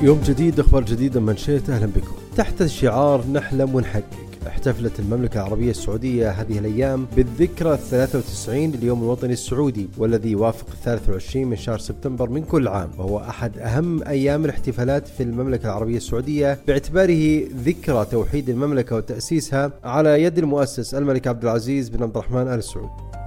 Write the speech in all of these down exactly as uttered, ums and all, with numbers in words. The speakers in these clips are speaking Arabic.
يوم جديد، أخبار جديدة، منشيت. أهلا بكم. تحت الشعار نحلم ونحقق، احتفلت المملكة العربية السعودية هذه الأيام بالذكرى الثلاثة وتسعين لليوم الوطني السعودي، والذي يوافق الثالث والعشرين من شهر سبتمبر من كل عام، وهو أحد أهم أيام الاحتفالات في المملكة العربية السعودية باعتباره ذكرى توحيد المملكة وتأسيسها على يد المؤسس الملك عبد العزيز بن عبد الرحمن آل سعود.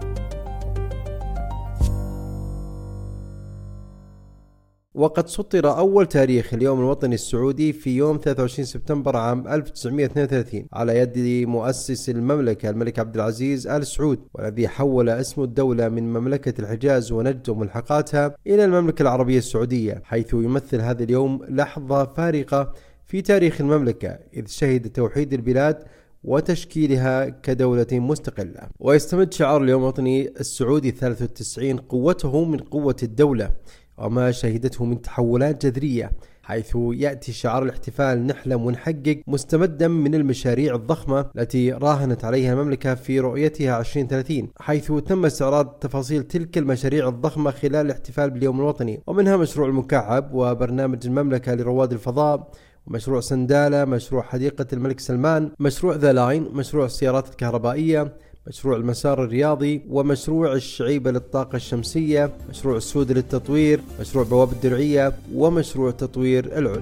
وقد سطر أول تاريخ اليوم الوطني السعودي في يوم ثلاثة وعشرين سبتمبر عام ألف وتسعمائة واثنين وثلاثين على يد مؤسس المملكة الملك عبد العزيز آل سعود، والذي حول اسم الدولة من مملكة الحجاز ونجد وملحقاتها إلى المملكة العربية السعودية، حيث يمثل هذا اليوم لحظة فارقة في تاريخ المملكة، إذ شهد توحيد البلاد وتشكيلها كدولة مستقلة. ويستمد شعار اليوم الوطني السعودي الثالث والتسعين قوته من قوة الدولة وما شهدته من تحولات جذرية، حيث يأتي شعار الاحتفال نحلم ونحقق مستمدا من المشاريع الضخمة التي راهنت عليها المملكة في رؤيتها عشرين ثلاثين، حيث تم استعراض تفاصيل تلك المشاريع الضخمة خلال الاحتفال باليوم الوطني، ومنها مشروع المكعب وبرنامج المملكة لرواد الفضاء، ومشروع سندالة، مشروع حديقة الملك سلمان، مشروع ذا لاين، مشروع السيارات الكهربائية، مشروع المسار الرياضي، ومشروع الشعيبة للطاقة الشمسية، مشروع السود للتطوير، مشروع بوابة الدرعية، ومشروع تطوير العلا.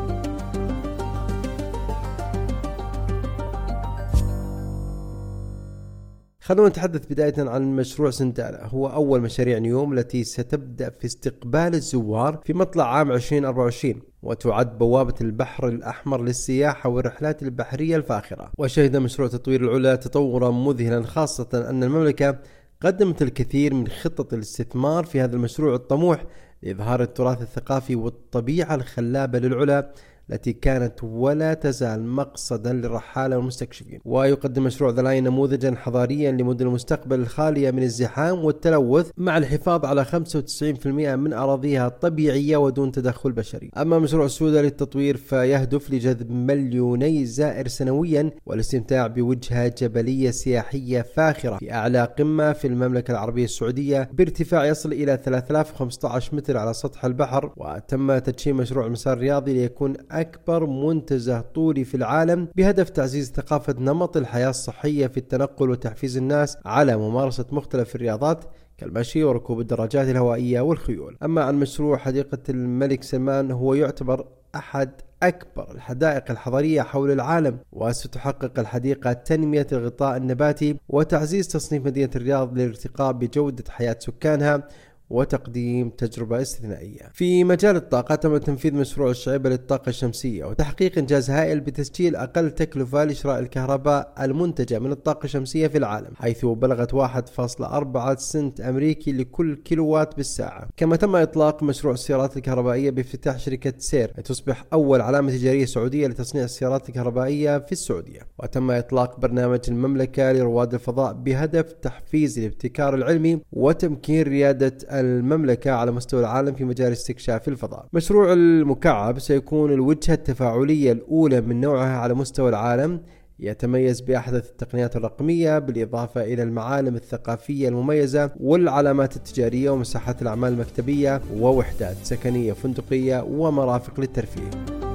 خلونا نتحدث بداية عن مشروع سندالة. هو أول مشاريع نيوم التي ستبدأ في استقبال الزوار في مطلع عام ألفين وأربعة وعشرين، وتعد بوابة البحر الأحمر للسياحة والرحلات البحرية الفاخرة. وشهد مشروع تطوير العلا تطورا مذهلا، خاصة أن المملكة قدمت الكثير من خطط الاستثمار في هذا المشروع الطموح لإظهار التراث الثقافي والطبيعة الخلابة للعلا التي كانت ولا تزال مقصدا للرحالة والمستكشفين. ويقدم مشروع ذا لاين نموذجا حضاريا لمدن المستقبل الخالية من الزحام والتلوث، مع الحفاظ على خمسة وتسعين بالمئة من أراضيها طبيعية ودون تدخل بشري. أما مشروع السودة للتطوير فيهدف لجذب مليوني زائر سنويا والاستمتاع بوجهة جبلية سياحية فاخرة في أعلى قمة في المملكة العربية السعودية بارتفاع يصل إلى ثلاثة آلاف وخمسة عشر متر على سطح البحر. وتم تدشين مشروع المسار الرياضي ليكون أكبر منتزه طولي في العالم بهدف تعزيز ثقافة نمط الحياة الصحية في التنقل وتحفيز الناس على ممارسة مختلف الرياضات كالمشي وركوب الدراجات الهوائية والخيول. أما عن مشروع حديقة الملك سلمان، هو يعتبر أحد أكبر الحدائق الحضرية حول العالم، وستحقق الحديقة تنمية الغطاء النباتي وتعزيز تصنيف مدينة الرياض للارتقاء بجودة حياة سكانها وتقديم تجربة استثنائية. في مجال الطاقة تم تنفيذ مشروع الشعيبة للطاقة الشمسية وتحقيق إنجاز هائل بتسجيل أقل تكلفة لشراء الكهرباء المنتجة من الطاقة الشمسية في العالم، حيث بلغت واحد فاصلة أربعة سنت أمريكي لكل كيلووات بالساعة. كما تم إطلاق مشروع السيارات الكهربائية بافتتاح شركة سير لتصبح أول علامة تجارية سعودية لتصنيع السيارات الكهربائية في السعودية. وتم إطلاق برنامج المملكة لرواد الفضاء بهدف تحفيز الابتكار العلمي وتمكين ريادة المملكة على مستوى العالم في مجال استكشاف الفضاء. مشروع المكعب سيكون الوجهة التفاعلية الأولى من نوعها على مستوى العالم، يتميز بأحدث التقنيات الرقمية بالإضافة إلى المعالم الثقافية المميزة والعلامات التجارية ومساحات الأعمال المكتبية ووحدات سكنية فندقية ومرافق للترفيه.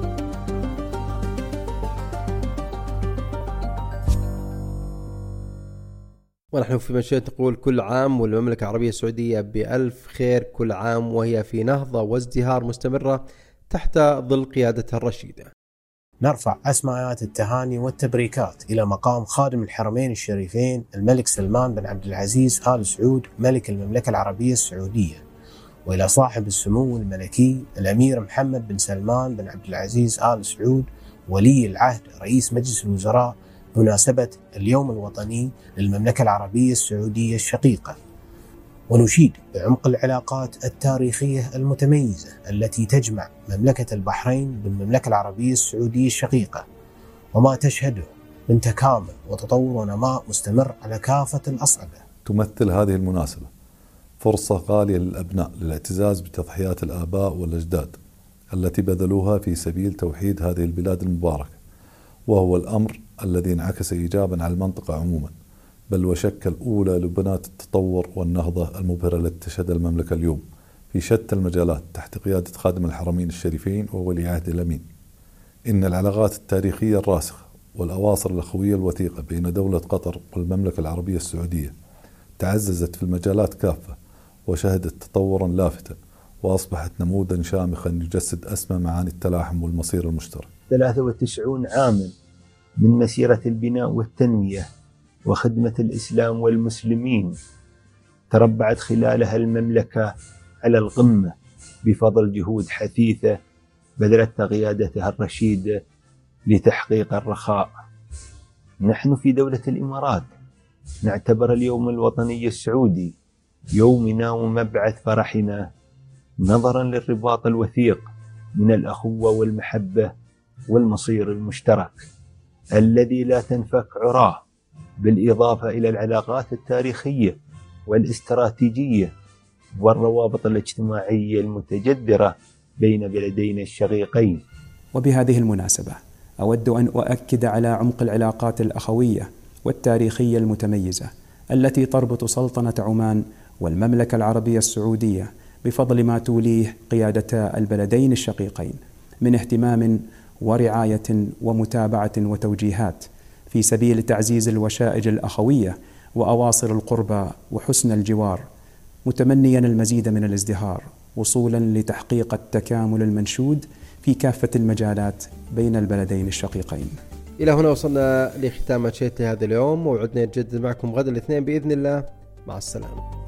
ونحن في منشية نقول كل عام والمملكة العربية السعودية بألف خير، كل عام وهي في نهضة وازدهار مستمرة تحت ظل قيادتها الرشيدة. نرفع أسماءات التهاني والتبريكات إلى مقام خادم الحرمين الشريفين الملك سلمان بن عبد العزيز آل سعود ملك المملكة العربية السعودية، وإلى صاحب السمو الملكي الأمير محمد بن سلمان بن عبد العزيز آل سعود ولي العهد رئيس مجلس الوزراء بمناسبة اليوم الوطني للمملكة العربية السعودية الشقيقة. ونشيد بعمق العلاقات التاريخية المتميزة التي تجمع مملكة البحرين بالمملكة العربية السعودية الشقيقة، وما تشهده من تكامل وتطور ونماء مستمر على كافة الأصعدة. تمثل هذه المناسبة فرصة غالية للأبناء للاعتزاز بتضحيات الآباء والأجداد التي بذلوها في سبيل توحيد هذه البلاد المباركة، وهو الأمر الذي انعكس إيجابا على المنطقة عموما، بل وشكل أولى لبنات التطور والنهضة المبهرة التي تشهدها المملكة اليوم في شتى المجالات تحت قيادة خادم الحرمين الشريفين وولي عهد الأمين. إن العلاقات التاريخية الراسخة والأواصر الأخوية الوثيقة بين دولة قطر والمملكة العربية السعودية تعززت في المجالات كافة وشهدت تطورا لافتا، وأصبحت نموذجا شامخا يجسد أسمى معاني التلاحم والمصير المشترك. ثلاثة وتسعين عاما من مسيرة البناء والتنمية وخدمة الإسلام والمسلمين تربعت خلالها المملكة على القمة بفضل جهود حثيثة بذلتها قيادتها الرشيدة لتحقيق الرخاء. نحن في دولة الإمارات نعتبر اليوم الوطني السعودي يومنا ومبعث فرحنا، نظرا للرباط الوثيق من الأخوة والمحبة والمصير المشترك الذي لا تنفك عراه، بالإضافة إلى العلاقات التاريخية والاستراتيجية والروابط الاجتماعية المتجذرة بين بلدينا الشقيقين. وبهذه المناسبة أود أن أؤكد على عمق العلاقات الأخوية والتاريخية المتميزة التي تربط سلطنة عمان والمملكة العربية السعودية بفضل ما توليه قيادتا البلدين الشقيقين من اهتمام ورعاية ومتابعة وتوجيهات في سبيل تعزيز الوشائج الأخوية وأواصر القربى وحسن الجوار، متمنيا المزيد من الازدهار وصولا لتحقيق التكامل المنشود في كافة المجالات بين البلدين الشقيقين. إلى هنا وصلنا لختام شيء هذا اليوم، وعدنا نجدد معكم غدا الاثنين بإذن الله. مع السلامة.